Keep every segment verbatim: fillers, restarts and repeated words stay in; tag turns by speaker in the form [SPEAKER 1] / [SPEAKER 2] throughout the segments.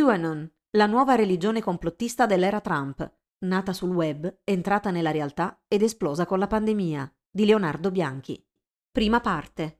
[SPEAKER 1] QAnon, la nuova religione complottista dell'era Trump, nata sul web, entrata nella realtà ed esplosa con la pandemia, di Leonardo Bianchi. Prima parte.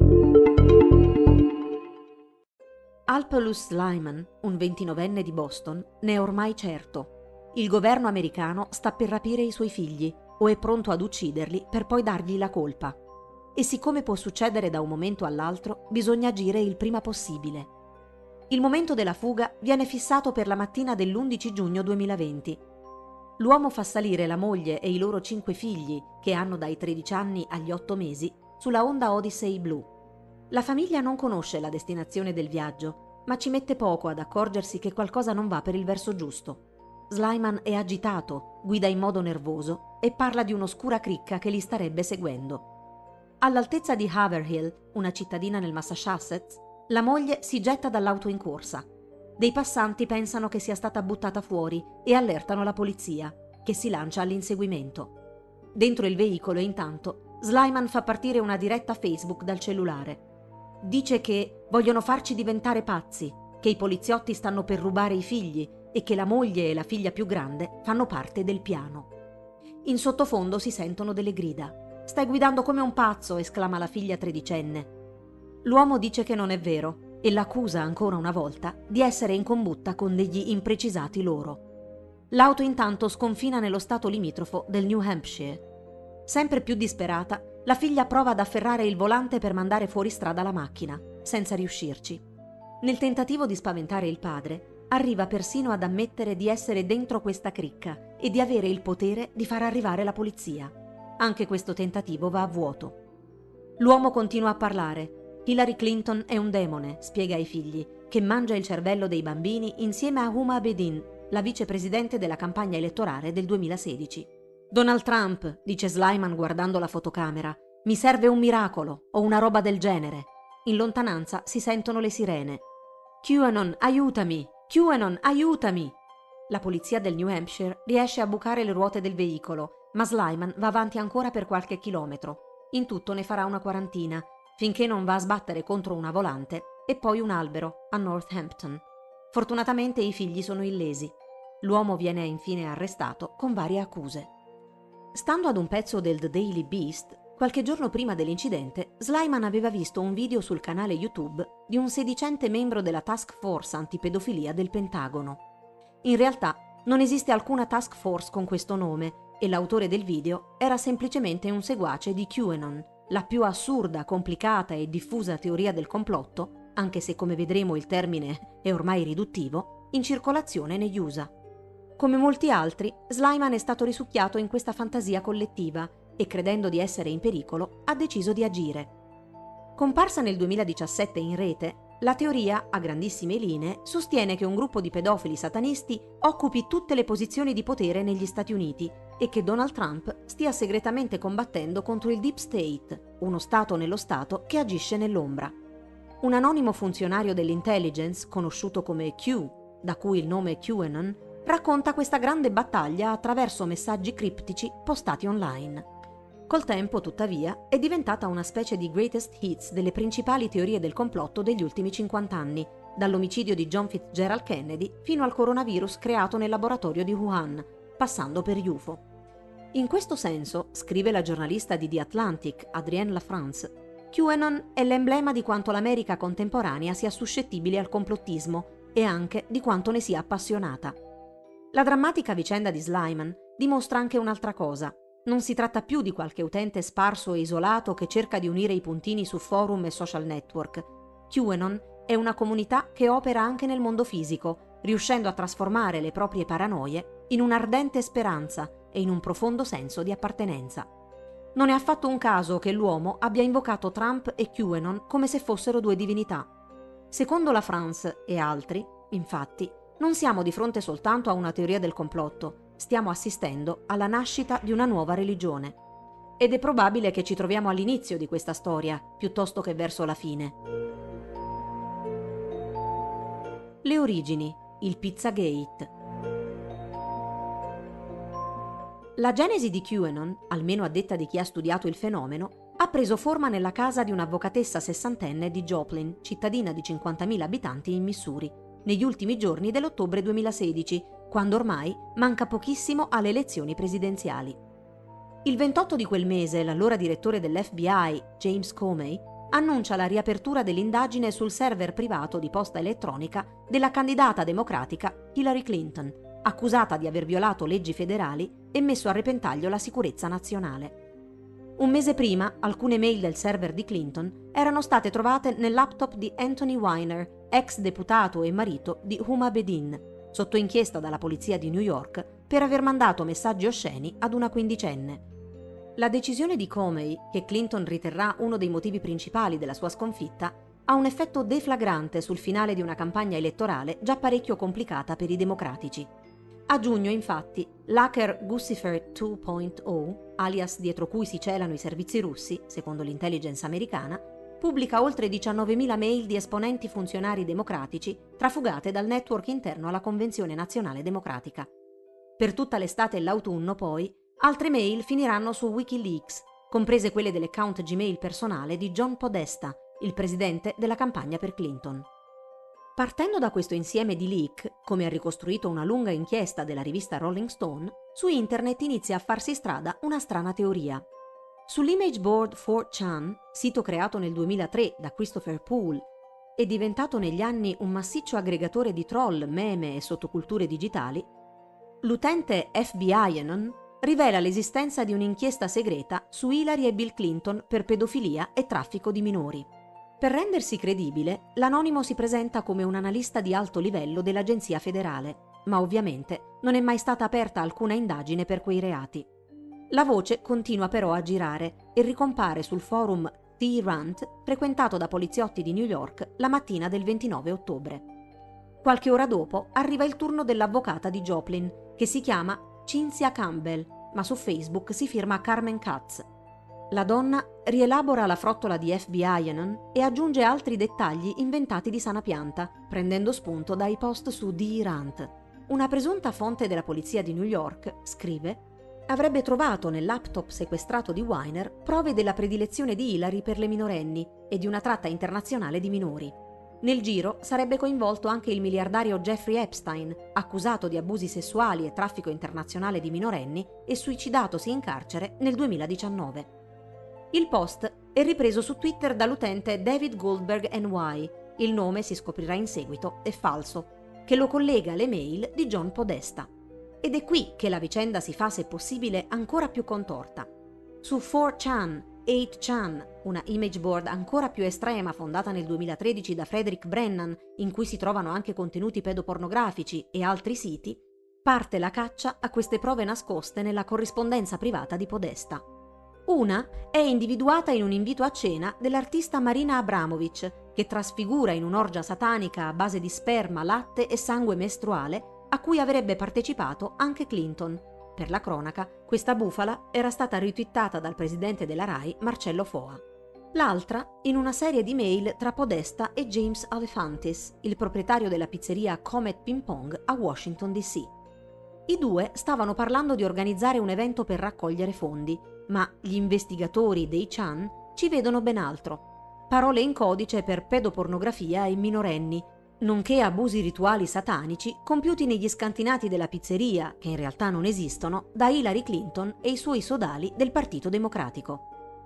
[SPEAKER 1] Alpheus Slyman, un ventinovenne di Boston, ne è ormai certo. Il governo americano sta per rapire i suoi figli o è pronto ad ucciderli per poi dargli la colpa. E siccome può succedere da un momento all'altro, bisogna agire il prima possibile. Il momento della fuga viene fissato per la mattina dell'undici giugno duemilaventi. L'uomo fa salire la moglie e i loro cinque figli, che hanno dai tredici anni agli otto mesi, sulla Honda Odyssey blu. La famiglia non conosce la destinazione del viaggio, ma ci mette poco ad accorgersi che qualcosa non va per il verso giusto. Slyman è agitato, guida in modo nervoso e parla di un'oscura cricca che li starebbe seguendo. All'altezza di Haverhill, una cittadina nel Massachusetts, la moglie si getta dall'auto in corsa. Dei passanti pensano che sia stata buttata fuori e allertano la polizia, che si lancia all'inseguimento. Dentro il veicolo, intanto, Slyman fa partire una diretta Facebook dal cellulare. Dice che vogliono farci diventare pazzi, che i poliziotti stanno per rubare i figli e che la moglie e la figlia più grande fanno parte del piano. In sottofondo si sentono delle grida. «Stai guidando come un pazzo!» esclama la figlia tredicenne. L'uomo dice che non è vero e l'accusa ancora una volta di essere in combutta con degli imprecisati loro. L'auto intanto sconfina nello stato limitrofo del New Hampshire. Sempre più disperata, la figlia prova ad afferrare il volante per mandare fuori strada la macchina, senza riuscirci. Nel tentativo di spaventare il padre, arriva persino ad ammettere di essere dentro questa cricca e di avere il potere di far arrivare la polizia. Anche questo tentativo va a vuoto. L'uomo continua a parlare. Hillary Clinton è un demone, spiega ai figli, che mangia il cervello dei bambini insieme a Huma Abedin, la vicepresidente della campagna elettorale del duemilasedici. Donald Trump, dice Slyman guardando la fotocamera, mi serve un miracolo o una roba del genere. In lontananza si sentono le sirene. QAnon, aiutami! QAnon, aiutami! La polizia del New Hampshire riesce a bucare le ruote del veicolo, ma Slyman va avanti ancora per qualche chilometro. In tutto ne farà una quarantina, finché non va a sbattere contro una volante e poi un albero a Northampton. Fortunatamente i figli sono illesi. L'uomo viene infine arrestato con varie accuse. Stando ad un pezzo del The Daily Beast, qualche giorno prima dell'incidente, Slyman aveva visto un video sul canale YouTube di un sedicente membro della Task Force antipedofilia del Pentagono. In realtà non esiste alcuna task force con questo nome e l'autore del video era semplicemente un seguace di QAnon, la più assurda, complicata e diffusa teoria del complotto, anche se come vedremo il termine è ormai riduttivo, in circolazione negli U S A. Come molti altri, Slyman è stato risucchiato in questa fantasia collettiva e, credendo di essere in pericolo, ha deciso di agire. Comparsa nel duemiladiciassette in rete, la teoria, a grandissime linee, sostiene che un gruppo di pedofili satanisti occupi tutte le posizioni di potere negli Stati Uniti e che Donald Trump stia segretamente combattendo contro il Deep State, uno Stato nello Stato che agisce nell'ombra. Un anonimo funzionario dell'intelligence, conosciuto come Q, da cui il nome QAnon, racconta questa grande battaglia attraverso messaggi criptici postati online. Col tempo, tuttavia, è diventata una specie di greatest hits delle principali teorie del complotto degli ultimi cinquanta anni, dall'omicidio di John Fitzgerald Kennedy fino al coronavirus creato nel laboratorio di Wuhan, passando per U F O. In questo senso, scrive la giornalista di The Atlantic, Adrienne LaFrance, QAnon è l'emblema di quanto l'America contemporanea sia suscettibile al complottismo e anche di quanto ne sia appassionata. La drammatica vicenda di Slyman dimostra anche un'altra cosa. Non si tratta più di qualche utente sparso e isolato che cerca di unire i puntini su forum e social network. QAnon è una comunità che opera anche nel mondo fisico, riuscendo a trasformare le proprie paranoie in un'ardente speranza e in un profondo senso di appartenenza. Non è affatto un caso che l'uomo abbia invocato Trump e QAnon come se fossero due divinità. Secondo la France e altri, infatti, non siamo di fronte soltanto a una teoria del complotto, stiamo assistendo alla nascita di una nuova religione. Ed è probabile che ci troviamo all'inizio di questa storia, piuttosto che verso la fine. Le origini, il Pizzagate. La genesi di QAnon, almeno a detta di chi ha studiato il fenomeno, ha preso forma nella casa di un'avvocatessa sessantenne di Joplin, cittadina di cinquantamila abitanti in Missouri. negli ultimi giorni dell'ottobre duemilasedici, quando ormai manca pochissimo alle elezioni presidenziali. Il ventotto di quel mese l'allora direttore dell'F B I, James Comey, annuncia la riapertura dell'indagine sul server privato di posta elettronica della candidata democratica Hillary Clinton, accusata di aver violato leggi federali e messo a repentaglio la sicurezza nazionale. Un mese prima, alcune mail del server di Clinton erano state trovate nel laptop di Anthony Weiner, ex deputato e marito di Huma Abedin, sotto inchiesta dalla polizia di New York per aver mandato messaggi osceni ad una quindicenne. La decisione di Comey, che Clinton riterrà uno dei motivi principali della sua sconfitta, ha un effetto deflagrante sul finale di una campagna elettorale già parecchio complicata per i democratici. A giugno, infatti, l'hacker Guccifer due punto zero, alias dietro cui si celano i servizi russi, secondo l'intelligence americana, pubblica oltre diciannovemila mail di esponenti funzionari democratici trafugate dal network interno alla Convenzione Nazionale Democratica. Per tutta l'estate e l'autunno, poi, altre mail finiranno su Wikileaks, comprese quelle dell'account Gmail personale di John Podesta, il presidente della campagna per Clinton. Partendo da questo insieme di leak, come ha ricostruito una lunga inchiesta della rivista Rolling Stone, su internet inizia a farsi strada una strana teoria. Sull'image board four chan, sito creato nel duemilatré da Christopher Poole e diventato negli anni un massiccio aggregatore di troll, meme e sottoculture digitali, l'utente F B I-anon rivela l'esistenza di un'inchiesta segreta su Hillary e Bill Clinton per pedofilia e traffico di minori. Per rendersi credibile, l'anonimo si presenta come un analista di alto livello dell'Agenzia federale, ma ovviamente non è mai stata aperta alcuna indagine per quei reati. La voce continua però a girare e ricompare sul forum T-Rant, frequentato da poliziotti di New York la mattina del ventinove ottobre. Qualche ora dopo arriva il turno dell'avvocata di Joplin, che si chiama Cynthia Campbell, ma su Facebook si firma Carmen Katz. La donna rielabora la frottola di F B I-anon e aggiunge altri dettagli inventati di sana pianta, prendendo spunto dai post su D-Rant. Una presunta fonte della polizia di New York, scrive, avrebbe trovato nel laptop sequestrato di Weiner prove della predilezione di Hillary per le minorenni e di una tratta internazionale di minori. Nel giro sarebbe coinvolto anche il miliardario Jeffrey Epstein, accusato di abusi sessuali e traffico internazionale di minorenni e suicidatosi in carcere nel duemiladiciannove. Il post è ripreso su Twitter dall'utente David Goldberg N Y, il nome si scoprirà in seguito è falso, che lo collega alle mail di John Podesta. Ed è qui che la vicenda si fa, se possibile, ancora più contorta. Su four chan, eight chan, una image board ancora più estrema fondata nel duemilatredici da Frederick Brennan, in cui si trovano anche contenuti pedopornografici e altri siti, parte la caccia a queste prove nascoste nella corrispondenza privata di Podesta. Una è individuata in un invito a cena dell'artista Marina Abramovic, che trasfigura in un'orgia satanica a base di sperma, latte e sangue mestruale, a cui avrebbe partecipato anche Clinton. Per la cronaca, questa bufala era stata ritwittata dal presidente della RAI, Marcello Foa. L'altra in una serie di mail tra Podesta e James Alefantis, il proprietario della pizzeria Comet Ping Pong a Washington D C. I due stavano parlando di organizzare un evento per raccogliere fondi, ma gli investigatori dei Chan ci vedono ben altro. Parole in codice per pedopornografia e minorenni, nonché abusi rituali satanici compiuti negli scantinati della pizzeria, che in realtà non esistono, da Hillary Clinton e i suoi sodali del Partito Democratico.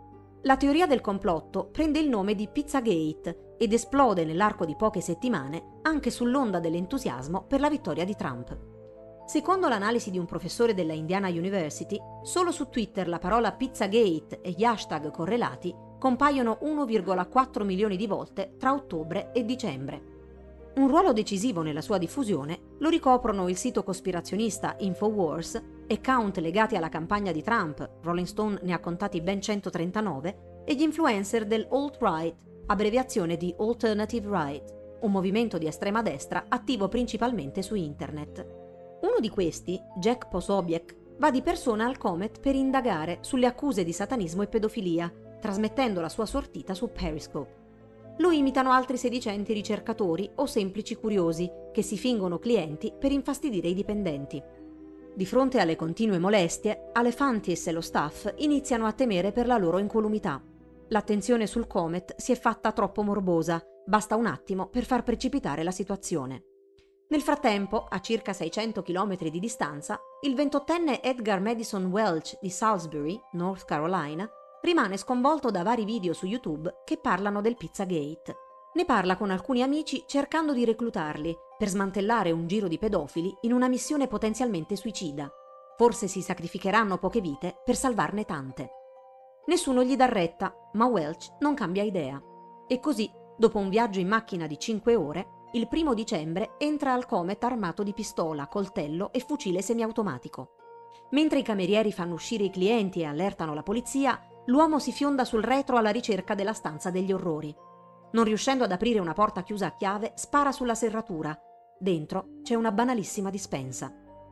[SPEAKER 1] La teoria del complotto prende il nome di Pizzagate ed esplode nell'arco di poche settimane anche sull'onda dell'entusiasmo per la vittoria di Trump. Secondo l'analisi di un professore della Indiana University, solo su Twitter la parola Pizzagate e gli hashtag correlati compaiono uno virgola quattro milioni di volte tra ottobre e dicembre. Un ruolo decisivo nella sua diffusione lo ricoprono il sito cospirazionista Infowars, account legati alla campagna di Trump, Rolling Stone ne ha contati ben centotrentanove, e gli influencer del alt-right, abbreviazione di Alternative Right, un movimento di estrema destra attivo principalmente su internet. Uno di questi, Jack Posobiec, va di persona al Comet per indagare sulle accuse di satanismo e pedofilia, trasmettendo la sua sortita su Periscope. Lo imitano altri sedicenti ricercatori o semplici curiosi che si fingono clienti per infastidire i dipendenti. Di fronte alle continue molestie, Alefantis e lo staff iniziano a temere per la loro incolumità. L'attenzione sul Comet si è fatta troppo morbosa, basta un attimo per far precipitare la situazione. Nel frattempo, a circa seicento chilometri di distanza, il ventottenne Edgar Madison Welch di Salisbury, North Carolina, rimane sconvolto da vari video su YouTube che parlano del Pizzagate. Ne parla con alcuni amici cercando di reclutarli per smantellare un giro di pedofili in una missione potenzialmente suicida. Forse si sacrificheranno poche vite per salvarne tante. Nessuno gli dà retta, ma Welch non cambia idea. E così, dopo un viaggio in macchina di cinque ore, il primo dicembre entra al Comet armato di pistola, coltello e fucile semiautomatico. Mentre i camerieri fanno uscire i clienti e allertano la polizia, l'uomo si fionda sul retro alla ricerca della stanza degli orrori. Non riuscendo ad aprire una porta chiusa a chiave, spara sulla serratura. Dentro c'è una banalissima dispensa.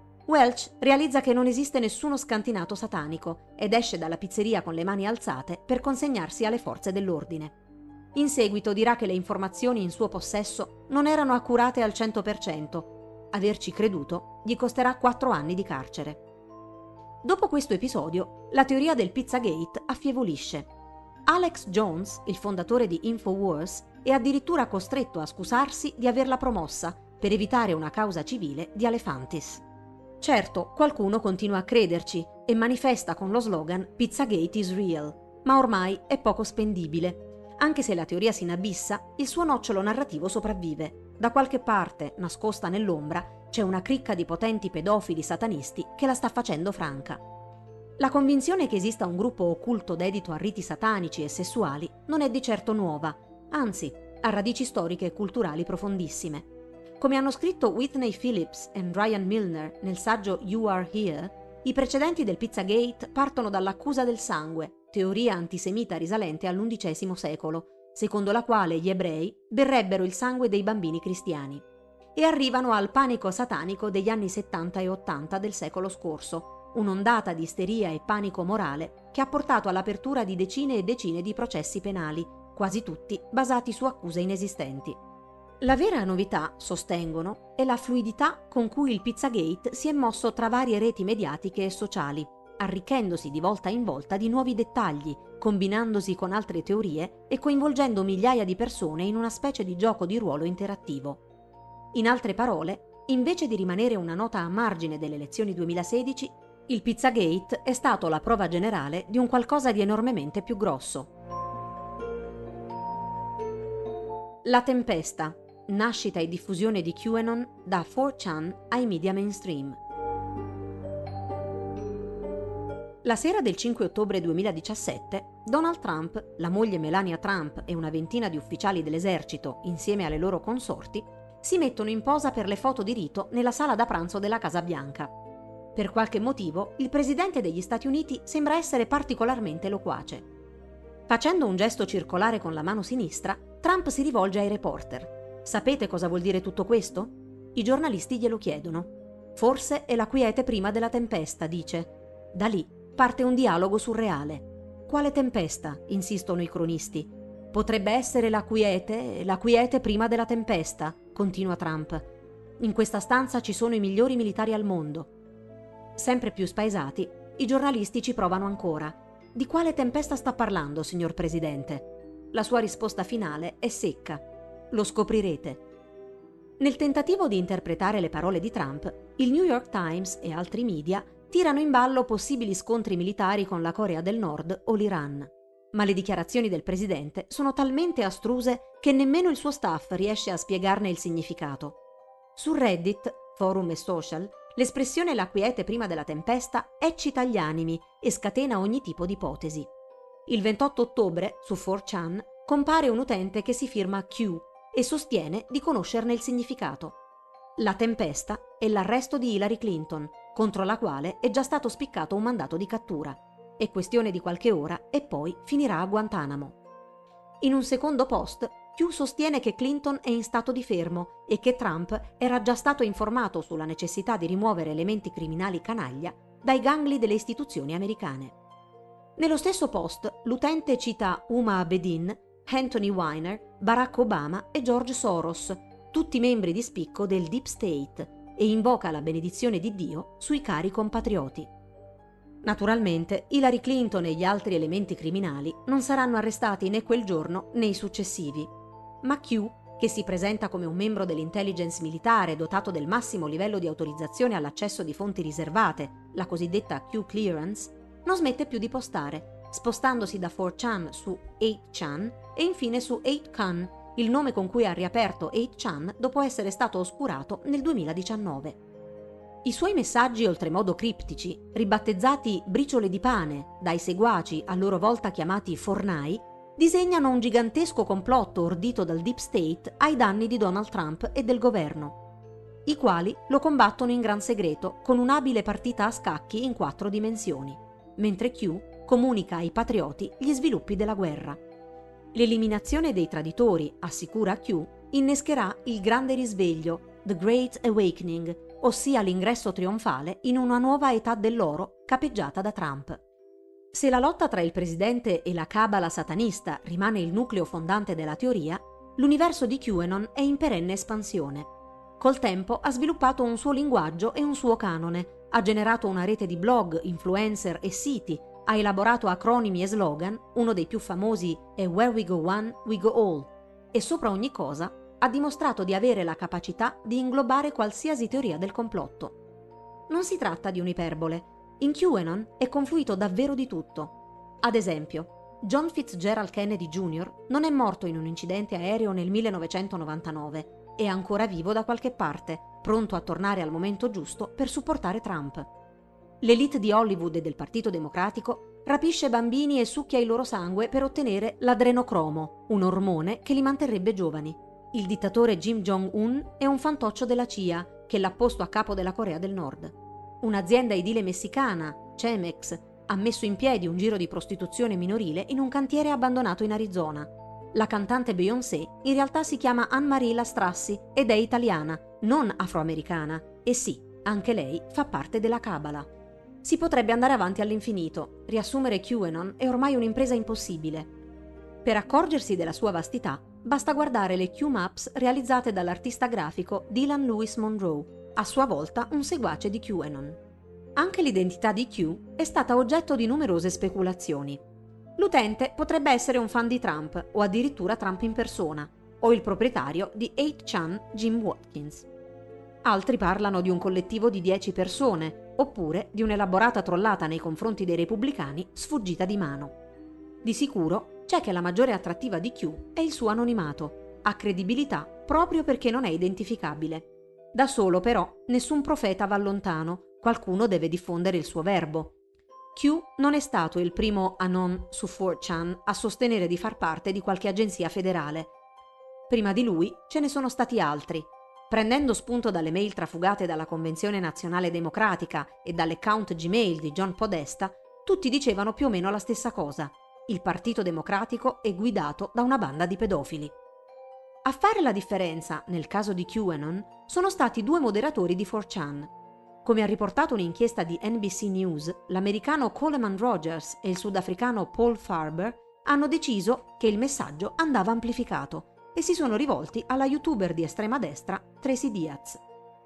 [SPEAKER 1] Welch realizza che non esiste nessuno scantinato satanico ed esce dalla pizzeria con le mani alzate per consegnarsi alle forze dell'ordine. In seguito dirà che le informazioni in suo possesso non erano accurate al cento per cento. Averci creduto gli costerà quattro anni di carcere. Dopo questo episodio, la teoria del Pizzagate affievolisce. Alex Jones, il fondatore di InfoWars, è addirittura costretto a scusarsi di averla promossa per evitare una causa civile di Alefantis. Certo, qualcuno continua a crederci e manifesta con lo slogan Pizzagate is real, ma ormai è poco spendibile. Anche se la teoria si inabissa, il suo nocciolo narrativo sopravvive. Da qualche parte, nascosta nell'ombra, c'è una cricca di potenti pedofili satanisti che la sta facendo franca. La convinzione che esista un gruppo occulto dedito a riti satanici e sessuali non è di certo nuova, anzi, ha radici storiche e culturali profondissime. Come hanno scritto Whitney Phillips e Ryan Milner nel saggio You Are Here, i precedenti del Pizzagate partono dall'accusa del sangue, teoria antisemita risalente all'undicesimo secolo, secondo la quale gli ebrei berrebbero il sangue dei bambini cristiani, e arrivano al panico satanico degli anni settanta e ottanta del secolo scorso, un'ondata di isteria e panico morale che ha portato all'apertura di decine e decine di processi penali, quasi tutti basati su accuse inesistenti. La vera novità, sostengono, è la fluidità con cui il Pizzagate si è mosso tra varie reti mediatiche e sociali, arricchendosi di volta in volta di nuovi dettagli, combinandosi con altre teorie e coinvolgendo migliaia di persone in una specie di gioco di ruolo interattivo. In altre parole, invece di rimanere una nota a margine delle elezioni duemilasedici, il Pizzagate è stato la prova generale di un qualcosa di enormemente più grosso. La tempesta, nascita e diffusione di QAnon da four chan ai media mainstream. La sera del cinque ottobre duemiladiciassette, Donald Trump, la moglie Melania Trump e una ventina di ufficiali dell'esercito, insieme alle loro consorti, si mettono in posa per le foto di rito nella sala da pranzo della Casa Bianca. Per qualche motivo, il presidente degli Stati Uniti sembra essere particolarmente loquace. Facendo un gesto circolare con la mano sinistra, Trump si rivolge ai reporter. Sapete cosa vuol dire tutto questo? I giornalisti glielo chiedono. Forse è la quiete prima della tempesta, dice. Da lì parte un dialogo surreale. Quale tempesta? Insistono i cronisti. Potrebbe essere la quiete, la quiete prima della tempesta, continua Trump. In questa stanza ci sono i migliori militari al mondo. Sempre più spaesati, i giornalisti ci provano ancora. Di quale tempesta sta parlando, signor Presidente? La sua risposta finale è secca. Lo scoprirete. Nel tentativo di interpretare le parole di Trump, il New York Times e altri media tirano in ballo possibili scontri militari con la Corea del Nord o l'Iran. Ma le dichiarazioni del presidente sono talmente astruse che nemmeno il suo staff riesce a spiegarne il significato. Su Reddit, forum e social, l'espressione la quiete prima della tempesta eccita gli animi e scatena ogni tipo di ipotesi. Il ventotto ottobre, su four chan, compare un utente che si firma Q e sostiene di conoscerne il significato. La tempesta è l'arresto di Hillary Clinton, contro la quale è già stato spiccato un mandato di cattura. È questione di qualche ora e poi finirà a Guantanamo. In un secondo post, Q sostiene che Clinton è in stato di fermo e che Trump era già stato informato sulla necessità di rimuovere elementi criminali canaglia dai gangli delle istituzioni americane. Nello stesso post, l'utente cita Huma Abedin, Anthony Weiner, Barack Obama e George Soros, tutti membri di spicco del Deep State, e invoca la benedizione di Dio sui cari compatrioti. Naturalmente, Hillary Clinton e gli altri elementi criminali non saranno arrestati né quel giorno né i successivi. Ma Q, che si presenta come un membro dell'intelligence militare dotato del massimo livello di autorizzazione all'accesso di fonti riservate, la cosiddetta Q clearance, non smette più di postare, spostandosi da four chan su eight chan e infine su eight kan, il nome con cui ha riaperto eight chan dopo essere stato oscurato nel duemiladiciannove. I suoi messaggi oltremodo criptici, ribattezzati briciole di pane dai seguaci a loro volta chiamati fornai, disegnano un gigantesco complotto ordito dal Deep State ai danni di Donald Trump e del governo, i quali lo combattono in gran segreto con un'abile partita a scacchi in quattro dimensioni, mentre Q comunica ai patrioti gli sviluppi della guerra. L'eliminazione dei traditori, assicura Q, innescherà il grande risveglio, The Great Awakening, ossia l'ingresso trionfale in una nuova età dell'oro capeggiata da Trump. Se la lotta tra il presidente e la cabala satanista rimane il nucleo fondante della teoria, l'universo di QAnon è in perenne espansione. Col tempo ha sviluppato un suo linguaggio e un suo canone, ha generato una rete di blog, influencer e siti, ha elaborato acronimi e slogan, uno dei più famosi è Where we go one, we go all, e sopra ogni cosa ha dimostrato di avere la capacità di inglobare qualsiasi teoria del complotto. Non si tratta di un'iperbole. In QAnon è confluito davvero di tutto. Ad esempio, John Fitzgerald Kennedy Junior non è morto in un incidente aereo nel millenovecentonovantanove, è ancora vivo da qualche parte, pronto a tornare al momento giusto per supportare Trump. L'elite di Hollywood e del Partito Democratico rapisce bambini e succhia il loro sangue per ottenere l'adrenocromo, un ormone che li manterrebbe giovani. Il dittatore Kim Jong-un è un fantoccio della C I A che l'ha posto a capo della Corea del Nord. Un'azienda edile messicana, Cemex, ha messo in piedi un giro di prostituzione minorile in un cantiere abbandonato in Arizona. La cantante Beyoncé in realtà si chiama Anne-Marie Lastrassi ed è italiana, non afroamericana, e sì, anche lei fa parte della cabala. Si potrebbe andare avanti all'infinito, riassumere QAnon è ormai un'impresa impossibile. Per accorgersi della sua vastità, basta guardare le Q-Maps realizzate dall'artista grafico Dylan Lewis Monroe, a sua volta un seguace di QAnon. Anche l'identità di Q è stata oggetto di numerose speculazioni. L'utente potrebbe essere un fan di Trump o addirittura Trump in persona, o il proprietario di eight chan Jim Watkins. Altri parlano di un collettivo di dieci persone, oppure di un'elaborata trollata nei confronti dei repubblicani sfuggita di mano. Di sicuro c'è che la maggiore attrattiva di Q è il suo anonimato, ha credibilità proprio perché non è identificabile. Da solo però nessun profeta va lontano, qualcuno deve diffondere il suo verbo. Q non è stato il primo anon su four chan a sostenere di far parte di qualche agenzia federale. Prima di lui ce ne sono stati altri. Prendendo spunto dalle mail trafugate dalla Convenzione Nazionale Democratica e dall'account Gmail di John Podesta, tutti dicevano più o meno la stessa cosa. Il Partito Democratico è guidato da una banda di pedofili. A fare la differenza, nel caso di QAnon, sono stati due moderatori di four chan. Come ha riportato un'inchiesta di N B C News, l'americano Coleman Rogers e il sudafricano Paul Farber hanno deciso che il messaggio andava amplificato e si sono rivolti alla youtuber di estrema destra Tracy Diaz.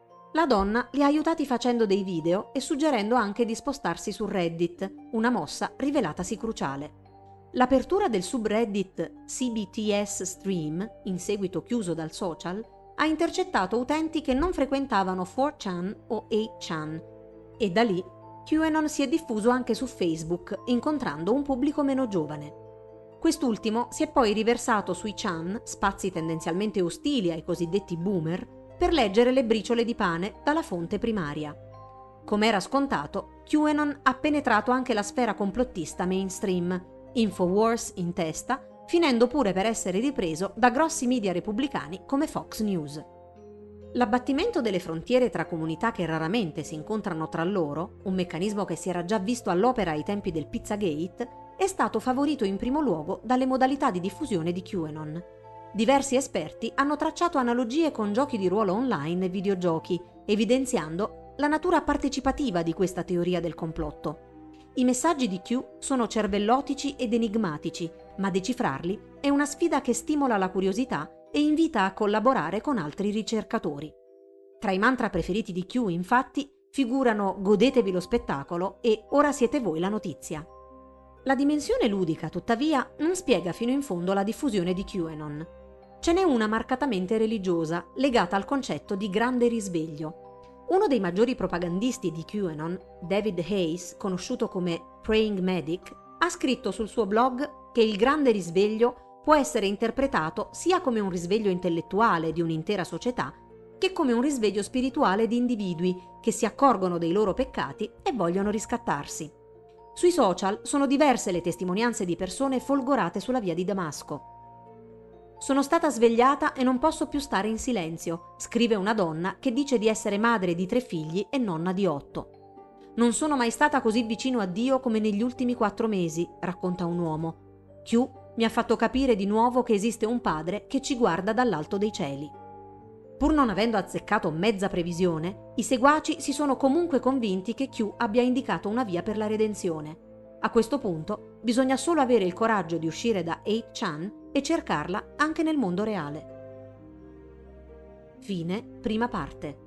[SPEAKER 1] La donna li ha aiutati facendo dei video e suggerendo anche di spostarsi su Reddit, una mossa rivelatasi cruciale. L'apertura del subreddit C B T S Stream, in seguito chiuso dal social, ha intercettato utenti che non frequentavano four chan o eight chan e da lì QAnon si è diffuso anche su Facebook, incontrando un pubblico meno giovane. Quest'ultimo si è poi riversato sui chan, spazi tendenzialmente ostili ai cosiddetti boomer, per leggere le briciole di pane dalla fonte primaria. Come era scontato, QAnon ha penetrato anche la sfera complottista mainstream, Infowars in testa, finendo pure per essere ripreso da grossi media repubblicani come Fox News. L'abbattimento delle frontiere tra comunità che raramente si incontrano tra loro, un meccanismo che si era già visto all'opera ai tempi del Pizzagate, è stato favorito in primo luogo dalle modalità di diffusione di QAnon. Diversi esperti hanno tracciato analogie con giochi di ruolo online e videogiochi, evidenziando la natura partecipativa di questa teoria del complotto. I messaggi di Q sono cervellotici ed enigmatici, ma decifrarli è una sfida che stimola la curiosità e invita a collaborare con altri ricercatori. Tra i mantra preferiti di Q, infatti, figurano "godetevi lo spettacolo" e "ora siete voi la notizia". La dimensione ludica, tuttavia, non spiega fino in fondo la diffusione di QAnon. Ce n'è una marcatamente religiosa, legata al concetto di grande risveglio. Uno dei maggiori propagandisti di QAnon, David Hayes, conosciuto come Praying Medic, ha scritto sul suo blog che il grande risveglio può essere interpretato sia come un risveglio intellettuale di un'intera società, che come un risveglio spirituale di individui che si accorgono dei loro peccati e vogliono riscattarsi. Sui social sono diverse le testimonianze di persone folgorate sulla via di Damasco. Sono stata svegliata e non posso più stare in silenzio, scrive una donna che dice di essere madre di tre figli e nonna di otto. Non sono mai stata così vicino a Dio come negli ultimi quattro mesi, racconta un uomo. Q mi ha fatto capire di nuovo che esiste un padre che ci guarda dall'alto dei cieli. Pur non avendo azzeccato mezza previsione, i seguaci si sono comunque convinti che Q abbia indicato una via per la redenzione. A questo punto bisogna solo avere il coraggio di uscire da eight chan e cercarla anche nel mondo reale. Fine prima parte.